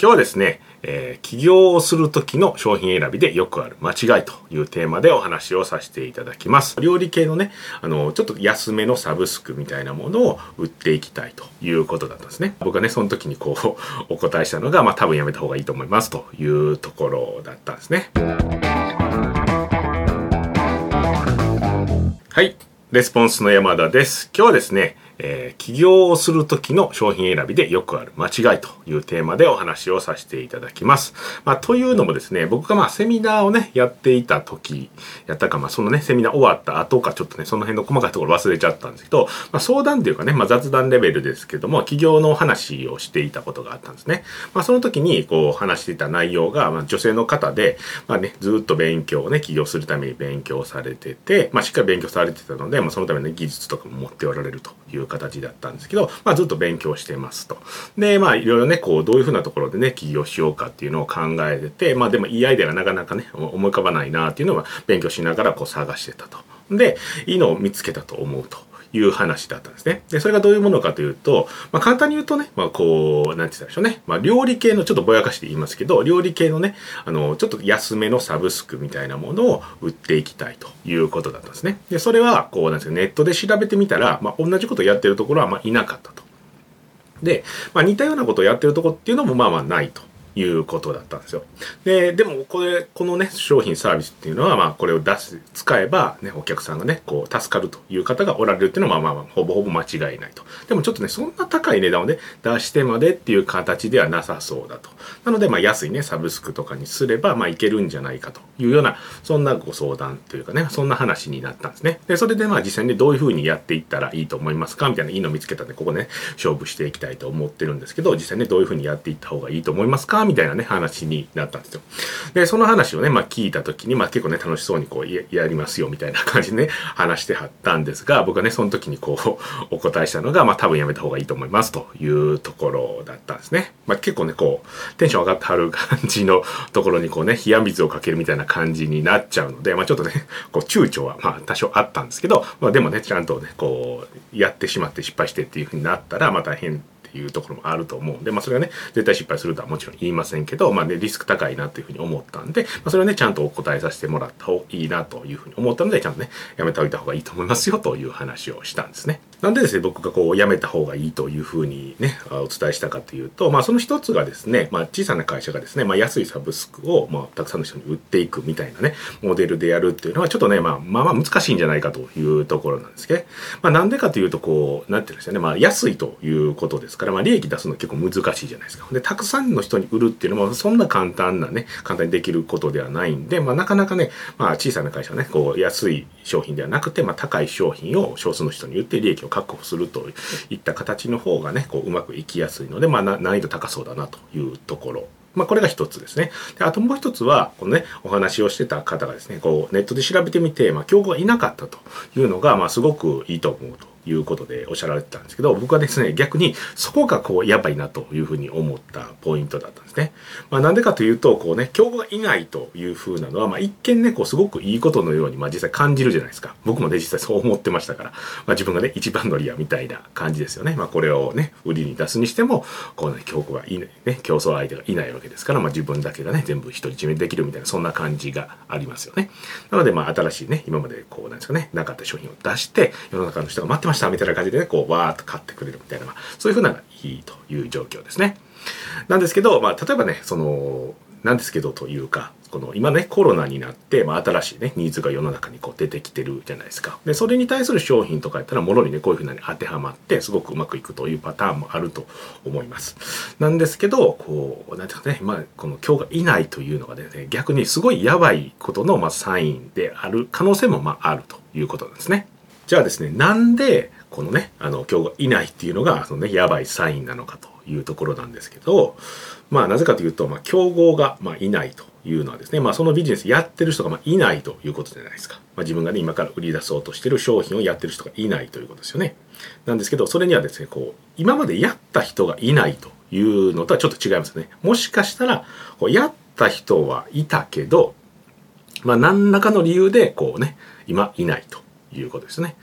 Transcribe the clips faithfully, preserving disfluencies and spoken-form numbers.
今日はですね、えー、起業をする時の商品選びでよくある間違いというテーマでお話をさせていただきます。料理系のね、あの、ちょっと安めのサブスクみたいなものを売っていきたいということだったんですね。僕はね、その時にこう、お答えしたのが、まあ多分やめた方がいいと思いますというところだったんですね。はい。レスポンスの山田です。今日はですね、えー、起業をする時の商品選びでよくある間違いというテーマでお話をさせていただきます。まあ、というのもですね、僕がまあセミナーをね、やっていた時、やったか、まあそのね、セミナー終わった後か、ちょっとね、その辺の細かいところ忘れちゃったんですけど、まあ、相談というかね、まあ、雑談レベルですけども、起業の話をしていたことがあったんですね。まあ、その時にこう話していた内容が、まあ、女性の方で、まあね、ずっと勉強をね、起業するために勉強されてて、まあ、しっかり勉強されてたので、まあ、そのための技術とかも持っておられるという形だったんですけど、まあ、ずっと勉強してますと。で、まあ、いろいろね、こう、どういうふうなところでね、起業しようかっていうのを考えてて、まあ、でもいいアイデアがなかなかね、思い浮かばないなっていうのは勉強しながらこう探してたと。で、いいのを見つけたと思うという話だったんですね。で、それがどういうものかというと、まあ、簡単に言うとね、まあ、こう、なんて言ったらいいでしょうね。まあ、料理系の、ちょっとぼやかして言いますけど、料理系のね、あの、ちょっと安めのサブスクみたいなものを売っていきたいということだったんですね。で、それは、こう、なんですか、ネットで調べてみたら、まあ、同じことをやってるところは、まあ、いなかったと。で、まあ、似たようなことをやってるところっていうのも、まあまあないと。いうことだったんですよ。で、でもこれ、このね、商品サービスっていうのは、まあこれを出す、使えばね、お客さんがね、こう助かるという方がおられるっていうのは、まあまあまあ、ほぼほぼ間違いないと。でもちょっとね、そんな高い値段をね、出してまでっていう形ではなさそうだと。なので、まあ安いね、サブスクとかにすれば、まあいけるんじゃないかというような、そんなご相談というかね、そんな話になったんですね。で、それでまあ実際にどういうふうにやっていったらいいと思いますかみたいないいの見つけたんで、ここね、勝負していきたいと思ってるんですけど、実際にどういうふうにやっていった方がいいと思いますかみたいなね、話になったんですよ。で、その話をね、まあ聞いたときに、まあ結構ね、楽しそうにこうや、やりますよみたいな感じでね、話してはったんですが、僕はね、その時にこう、お答えしたのが、まあ多分やめた方がいいと思いますというところだったんですね。まあ結構ね、こう、テンション上がってはる感じのところにこうね、冷や水をかけるみたいな感じになっちゃうので、まあちょっとね、こう、躊躇はまあ多少あったんですけど、まあでもね、ちゃんとね、こう、やってしまって失敗してっていう風になったら、まあ大変いうところもあると思うんで、まあそれはね、絶対失敗するとはもちろん言いませんけど、まあね、リスク高いなというふうに思ったんで、まあそれはね、ちゃんとお答えさせてもらった方がいいなというふうに思ったので、ちゃんとね、やめておいた方がいいと思いますよという話をしたんですね。なんでですね、僕がこう、やめた方がいいというふうにね、お伝えしたかというと、まあその一つがですね、まあ小さな会社がですね、まあ安いサブスクを、まあたくさんの人に売っていくみたいなね、モデルでやるっていうのはちょっとね、まあまあまあ難しいんじゃないかというところなんですけど、まあなんでかというと、こう、なんていうんですかね、まあ安いということですから、まあ利益出すの結構難しいじゃないですか。で、たくさんの人に売るっていうのもそんな簡単なね、簡単にできることではないんで、まあなかなかね、まあ小さな会社はね、こう安い商品ではなくて、まあ高い商品を少数の人に売って利益を確保するといった形の方がね、こううまくいきやすいので、まあ難易度高そうだなというところ。まあこれが一つですね。で、あともう一つは、このね、お話をしてた方がですね、こうネットで調べてみて、まあ競合がいなかったというのが、まあすごくいいと思うということでおっしゃられてたんですけど、僕はですね、逆にそこがこうやばいなというふうに思ったポイントだったんですね。まあなんでかというと、こうね、競合がいないというふうなのは、まあ一見ね、こうすごくいいことのように、まあ実際感じるじゃないですか。僕もね、実際そう思ってましたから、まあ自分がね、一番乗りやみたいな感じですよね。まあこれをね、売りに出すにしても、こうね、競合がいない、ね、競争相手がいないわけですから、まあ自分だけがね、全部独り占めできるみたいな、そんな感じがありますよね。なので、まあ新しいね、今までこうなんですかね、なかった商品を出して、世の中の人が待ってましたみたいな感じでね、こう、わーっと買ってくれるみたいな、まあそういうふうなのがいいという状況ですね。なんですけど、まあ例えばね、その、なんですけどというか、この今ね、コロナになって、まあ、新しいね、ニーズが世の中にこう出てきてるじゃないですか。で、それに対する商品とかやったら、もろにね、こういうふうなに当てはまって、すごくうまくいくというパターンもあると思います。なんですけど、こう、なんていうかね、まあ、この今日がいないというのがね、逆にすごいやばいことの、まあ、サインである可能性も、まあ、あるということなんですね。じゃあですね、なんで、このね、あの、今日がいないっていうのが、そのね、やばいサインなのかというところなんですけど、まあ、なぜかというと、まあ、競合が、まあ、いないというのはですね、まあ、そのビジネスやってる人が、まあ、いないということじゃないですか。まあ、自分がね、今から売り出そうとしてる商品をやってる人がいないということですよね。なんですけど、それにはですね、こう、今までやった人がいないというのとはちょっと違いますね。もしかしたら、こうやった人はいたけど、まあ、何らかの理由で、こうね、今いないということですね。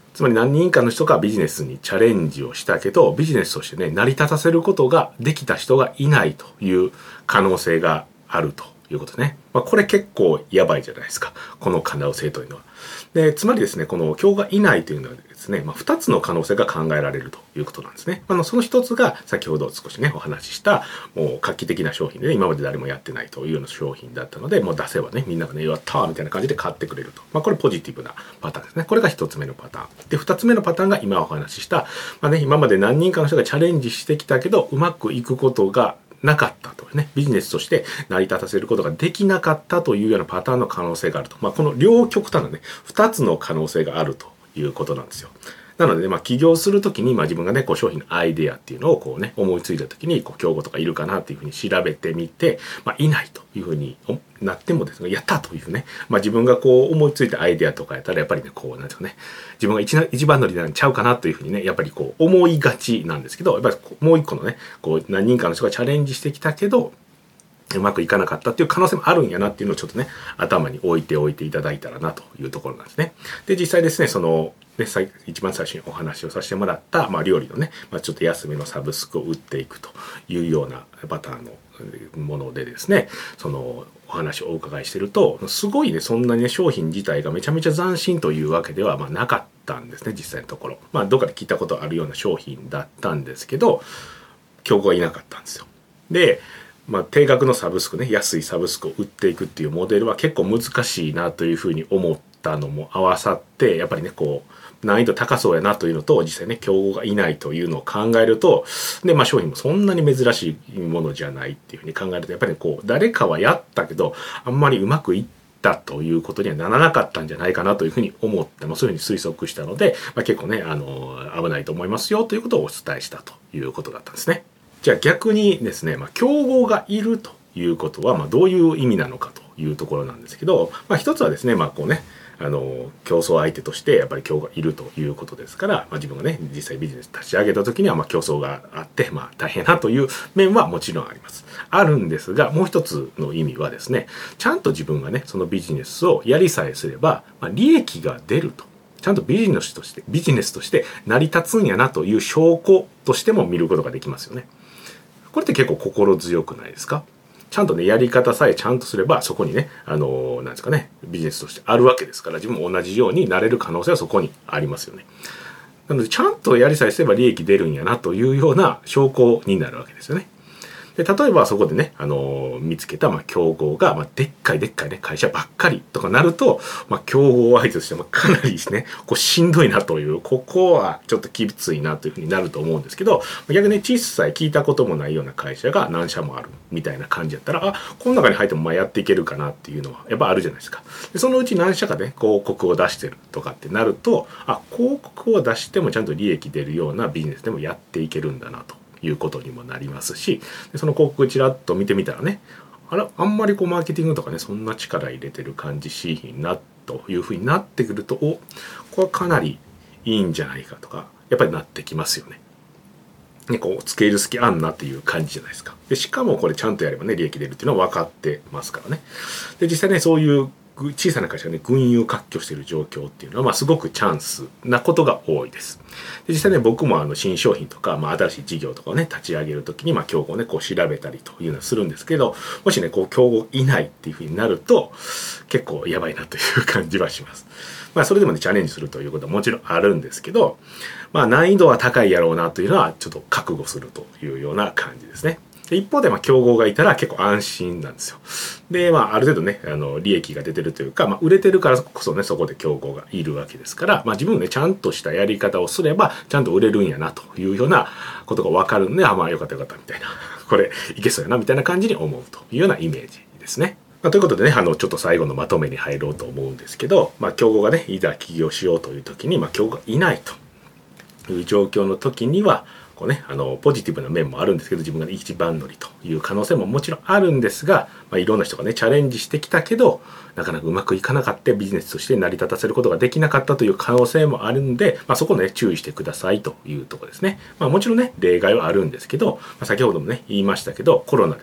つまり何人かの人がビジネスにチャレンジをしたけど、ビジネスとしてね、成り立たせることができた人がいないという可能性があるということね。まあ、これ結構やばいじゃないですか。この可能性というのは。で、つまりですね、この競合がいないというのはですね、まあ、ふたつの可能性が考えられるということなんですね。あの、そのひとつが先ほど少しね、お話しした、もう画期的な商品でね、今まで誰もやってないというような商品だったので、もう出せばね、みんながね、やったーみたいな感じで買ってくれると。まあ、これポジティブなパターンですね。これがひとつめのパターン。で、ふたつめのパターンが今お話しした、まあね、今まで何人かの人がチャレンジしてきたけど、うまくいくことがなかったとね、ビジネスとして成り立たせることができなかったというようなパターンの可能性があると。まあ、この両極端なね、ふたつの可能性があるということなんですよ。なので、ね、まあ、起業するときに、まあ、自分がね、こう商品のアイデアっていうのをこうね、思いついたときに、こう、競合とかいるかなっていうふうに調べてみて、まあ、いないというふうになってもですね、やったというね、まあ、自分がこう思いついたアイデアとかやったら、やっぱりね、こう、なんですかね、自分が一一番乗りなんちゃうかなというふうにね、やっぱりこう、思いがちなんですけど、やっぱりもう一個のね、こう、何人かの人がチャレンジしてきたけど、うまくいかなかったっていう可能性もあるんやなっていうのをちょっとね、頭に置いておいていただいたらなというところなんですね。で、実際ですね、その、ね、一番最初にお話をさせてもらった、まあ、料理のね、まあ、ちょっと安めのサブスクを売っていくというようなパターンのものでですね、そのお話をお伺いしてると、すごいね、そんなにね、商品自体がめちゃめちゃ斬新というわけではまあなかったんですね、実際のところ。まあ、どっかで聞いたことあるような商品だったんですけど、競合がいなかったんですよ。で、まあ、定額のサブスクね、安いサブスクを売っていくっていうモデルは結構難しいなというふうに思ったのも合わさって、やっぱりね、こう、難易度高そうやなというのと、実際ね、競合がいないというのを考えると、で、まあ商品もそんなに珍しいものじゃないっていうふうに考えると、やっぱりこう、誰かはやったけど、あんまりうまくいったということにはならなかったんじゃないかなというふうに思って、まあ、そういうふうに推測したので、まあ、結構ね、あの、危ないと思いますよということをお伝えしたということだったんですね。じゃあ逆にですね、まあ、競合がいるということは、まあ、どういう意味なのかというところなんですけど、まあ、一つはですね、まあこうね、あの競争相手としてやっぱり競合がいるということですから、まあ、自分がね実際ビジネス立ち上げた時にはまあ競争があって、まあ、大変なという面はもちろんあります。あるんですが、もう一つの意味はですね、ちゃんと自分がねそのビジネスをやりさえすれば、まあ、利益が出ると。ちゃんとビジネスとしてビジネスとして成り立つんやなという証拠としても見ることができますよね。これって結構心強くないですか？ちゃんとね、やり方さえちゃんとすれば、そこにね、あのー、なんですかね、ビジネスとしてあるわけですから、自分も同じようになれる可能性はそこにありますよね。なので、ちゃんとやりさえすれば利益出るんやなというような証拠になるわけですよね。で、例えばそこでね、あのー、見つけた、まあ、競合が、まあ、でっかいでっかいね、会社ばっかりとかなると、まあ、競合相手としてもかなりですね、こう、しんどいなという、ここはちょっときついなというふうになると思うんですけど、逆に小さい聞いたこともないような会社が何社もあるみたいな感じやったら、あ、この中に入ってもまあやっていけるかなっていうのは、やっぱあるじゃないですか。で、そのうち何社かね、広告を出してるとかってなると、あ、広告を出してもちゃんと利益出るようなビジネスでもやっていけるんだなと。いうことにもなりますし、その広告ちらっと見てみたらね、あら、あんまりこうマーケティングとかね、そんな力入れてる感じしひんなというふうになってくると、お、これはかなりいいんじゃないかとか、やっぱりなってきますよね。ね、こう、つけ入る隙あんなっていう感じじゃないですか。で、しかもこれちゃんとやればね、利益出るっていうのは分かってますからね。で、実際ね、そういう小さな会社がね、群雄割拠している状況っていうのは、まあ、すごくチャンスなことが多いです。で、実際ね、僕もあの新商品とか、まあ、新しい事業とかをね、立ち上げるときに、まあ、競合をね、こう調べたりというのはするんですけど、もしね、こう、競合いないっていうふうになると、結構やばいなという感じはします。まあ、それでもね、チャレンジするということはもちろんあるんですけど、まあ、難易度は高いやろうなというのは、ちょっと覚悟するというような感じですね。で、一方で、まあ、競合がいたら結構安心なんですよ。で、まあ、ある程度ね、あの、利益が出てるというか、まあ、売れてるからこそね、そこで競合がいるわけですから、まあ、自分ね、ちゃんとしたやり方をすれば、ちゃんと売れるんやな、というようなことがわかるんで、あ、まあ、よかったよかった、みたいな。これ、いけそうやな、みたいな感じに思うというようなイメージですね。まあ、ということでね、あの、ちょっと最後のまとめに入ろうと思うんですけど、まあ、競合がね、いざ起業しようという時に、まあ、競合がいないという状況の時には、こうね、あのポジティブな面もあるんですけど、自分が一番乗りという可能性ももちろんあるんですが、まあ、いろんな人がねチャレンジしてきたけどなかなかうまくいかなかったビジネスとして成り立たせることができなかったという可能性もあるんで、まあ、そこをね注意してくださいというところですね。まあ、もちろんね例外はあるんですけど、まあ、先ほどもね言いましたけどコロナでね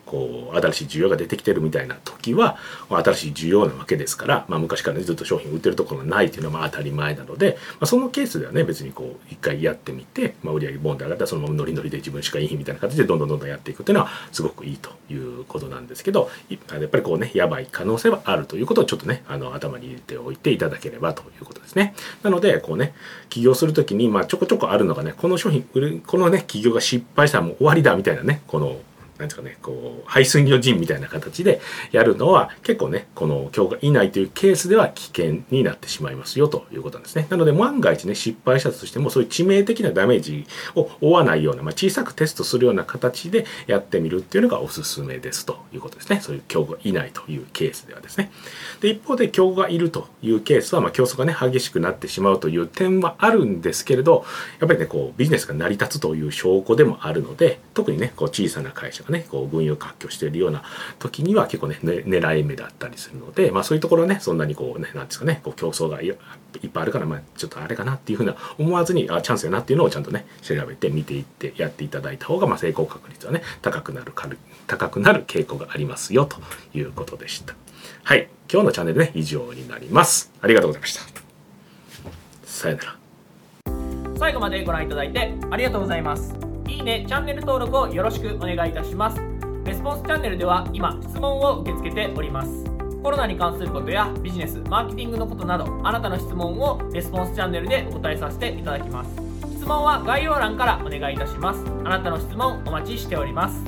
こう新しい需要が出てきてるみたいな時は新しい需要なわけですから、まあ、昔からねずっと商品売ってるところがないっていうのはまあ当たり前なので、まあ、そのケースではね別にこう一回やってみて、まあ、売り上げボンって上がったらそのままノリノリで自分しかいいみたいな形でどんどんどんどんやっていくっていうのはすごくいいということなんですけど、やっぱりこうねやばい可能性はあるということをちょっとねあの頭に入れておいていただければということですね。なのでこうね起業する時にまあちょこちょこあるのがね、この商品売るこのね起業が失敗したらもう終わりだみたいなね、このなんですかね、こう排水の陣みたいな形でやるのは結構ねこの強化以内というケースでは危険になってしまいますよということなんですね。なので万が一ね失敗したとしてもそういう致命的なダメージを負わないような、まあ、小さくテストするような形でやってみるっていうのがおすすめですということですね。そういう競合がいないというケースではですね。で一方で競合がいるというケースは、まあ、競争がね激しくなってしまうという点はあるんですけれど、やっぱりねこうビジネスが成り立つという証拠でもあるので、特にねこう小さな会社がねこう群雄割拠しているような時には結構ねね狙い目だったりするので、まあそういうところはねそんなにこうねなんですかねこう競争がいっぱいあるから、まあちょっとあれかなっていうふうな思わずにあチャンスやなっていうのをちゃんとね調べて見ていってやっていただいた方が、まあ成功確率はね高くなる高くなる傾向がありますよということでした。はい、今日のチャンネルね以上になります。ありがとうございました。さよなら。 最後までご覧いただいてありがとうございます。いいね、チャンネル登録をよろしくお願いいたします。レスポンスチャンネルでは今質問を受け付けております。コロナに関することやビジネス、マーケティングのことなどあなたの質問をレスポンスチャンネルでお答えさせていただきます。質問は概要欄からお願いいたします。あなたの質問お待ちしております。